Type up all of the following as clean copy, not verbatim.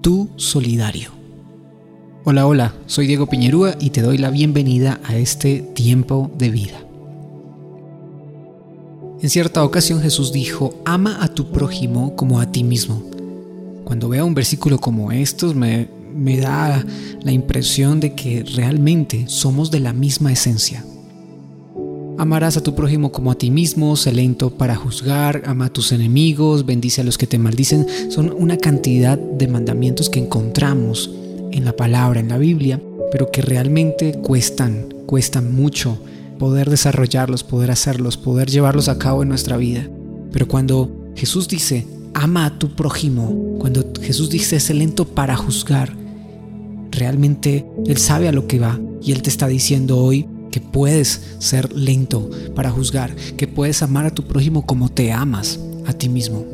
tú solidario. Hola, hola, soy Diego Piñerúa y te doy la bienvenida a este tiempo de vida. En cierta ocasión Jesús dijo: ama a tu prójimo como a ti mismo. Cuando veo un versículo como estos me da la impresión de que realmente somos de la misma esencia. Amarás a tu prójimo como a ti mismo, sé lento para juzgar, ama a tus enemigos, bendice a los que te maldicen. Son una cantidad de mandamientos que encontramos en la palabra, en la Biblia, pero que realmente cuestan mucho poder desarrollarlos, poder hacerlos, poder llevarlos a cabo en nuestra vida. Pero cuando Jesús dice: ama a tu prójimo, cuando Jesús dice: sé lento para juzgar, realmente Él sabe a lo que va y Él te está diciendo hoy que puedes ser lento para juzgar, que puedes amar a tu prójimo como te amas a ti mismo.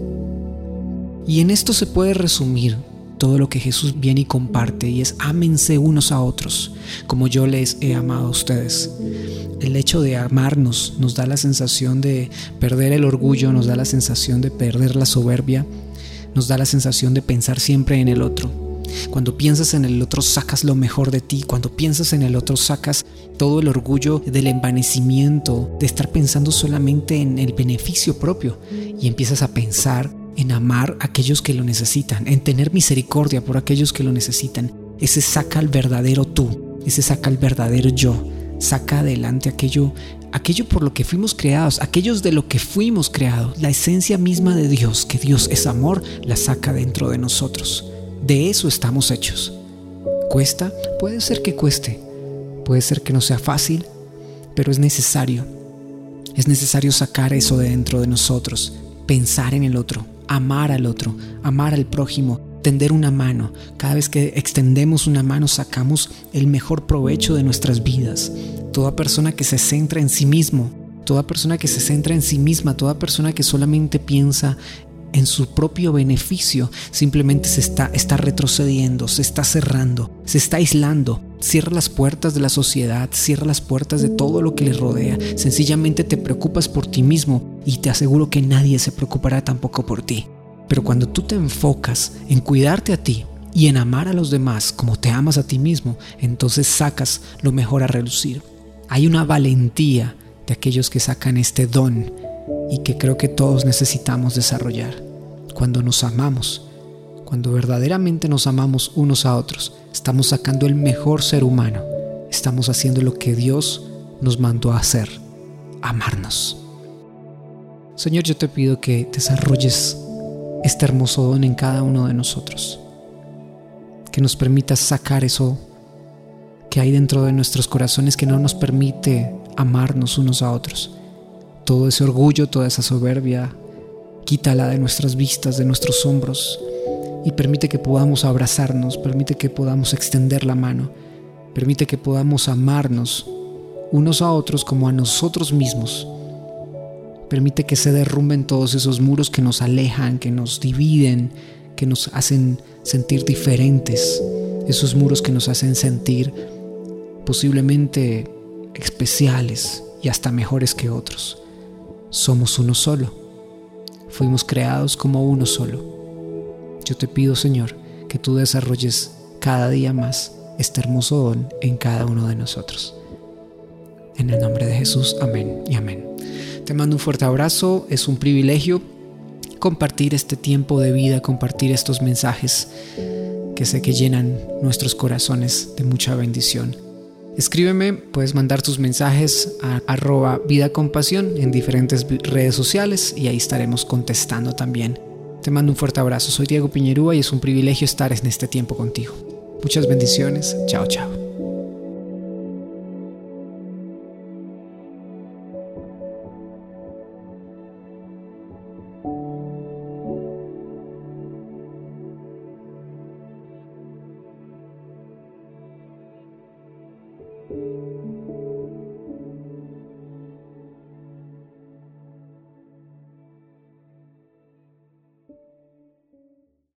Y en esto se puede resumir todo lo que Jesús viene y comparte, y es: ámense unos a otros como yo les he amado a ustedes. El hecho de amarnos nos da la sensación de perder el orgullo, nos da la sensación de perder la soberbia, nos da la sensación de pensar siempre en el otro. Cuando piensas en el otro sacas lo mejor de ti. Cuando piensas en el otro sacas todo el orgullo del envanecimiento, de estar pensando solamente en el beneficio propio, y empiezas a pensar en amar a aquellos que lo necesitan, en tener misericordia por aquellos que lo necesitan. Ese saca el verdadero tú, ese saca el verdadero yo, saca adelante aquello por lo que fuimos creados, aquellos de lo que fuimos creados. La esencia misma de Dios, que Dios es amor, la saca dentro de nosotros. De eso estamos hechos. ¿Cuesta? Puede ser que cueste, puede ser que no sea fácil, pero es necesario. Es necesario sacar eso de dentro de nosotros, pensar en el otro, amar al otro, amar al prójimo, tender una mano. Cada vez que extendemos una mano sacamos el mejor provecho de nuestras vidas. Toda persona que se centra en sí mismo, toda persona que se centra en sí misma, toda persona que solamente piensa en su propio beneficio, simplemente está retrocediendo, se está cerrando, se está aislando. Cierra las puertas de la sociedad, cierra las puertas de todo lo que le rodea. Sencillamente te preocupas por ti mismo y te aseguro que nadie se preocupará tampoco por ti. Pero cuando tú te enfocas en cuidarte a ti y en amar a los demás como te amas a ti mismo, entonces sacas lo mejor a relucir. Hay una valentía de aquellos que sacan este don y que creo que todos necesitamos desarrollar. Cuando nos amamos, cuando verdaderamente nos amamos unos a otros, estamos sacando el mejor ser humano. Estamos haciendo lo que Dios nos mandó a hacer: amarnos. Señor, yo te pido que desarrolles este hermoso don en cada uno de nosotros, que nos permitas sacar eso que hay dentro de nuestros corazones que no nos permite amarnos unos a otros. Todo ese orgullo, toda esa soberbia, quítala de nuestras vistas, de nuestros hombros, y permite que podamos abrazarnos, permite que podamos extender la mano, permite que podamos amarnos unos a otros como a nosotros mismos. Permite que se derrumben todos esos muros que nos alejan, que nos dividen, que nos hacen sentir diferentes, esos muros que nos hacen sentir posiblemente especiales y hasta mejores que otros. Somos uno solo. Fuimos creados como uno solo. Yo te pido, Señor, que tú desarrolles cada día más este hermoso don en cada uno de nosotros. En el nombre de Jesús, amén y amén. Te mando un fuerte abrazo. Es un privilegio compartir este tiempo de vida, compartir estos mensajes que sé que llenan nuestros corazones de mucha bendición. Escríbeme, puedes mandar tus mensajes a @vidaconpasión en diferentes redes sociales y ahí estaremos contestando también. Te mando un fuerte abrazo. Soy Diego Piñerúa y es un privilegio estar en este tiempo contigo. Muchas bendiciones. Chao, chao.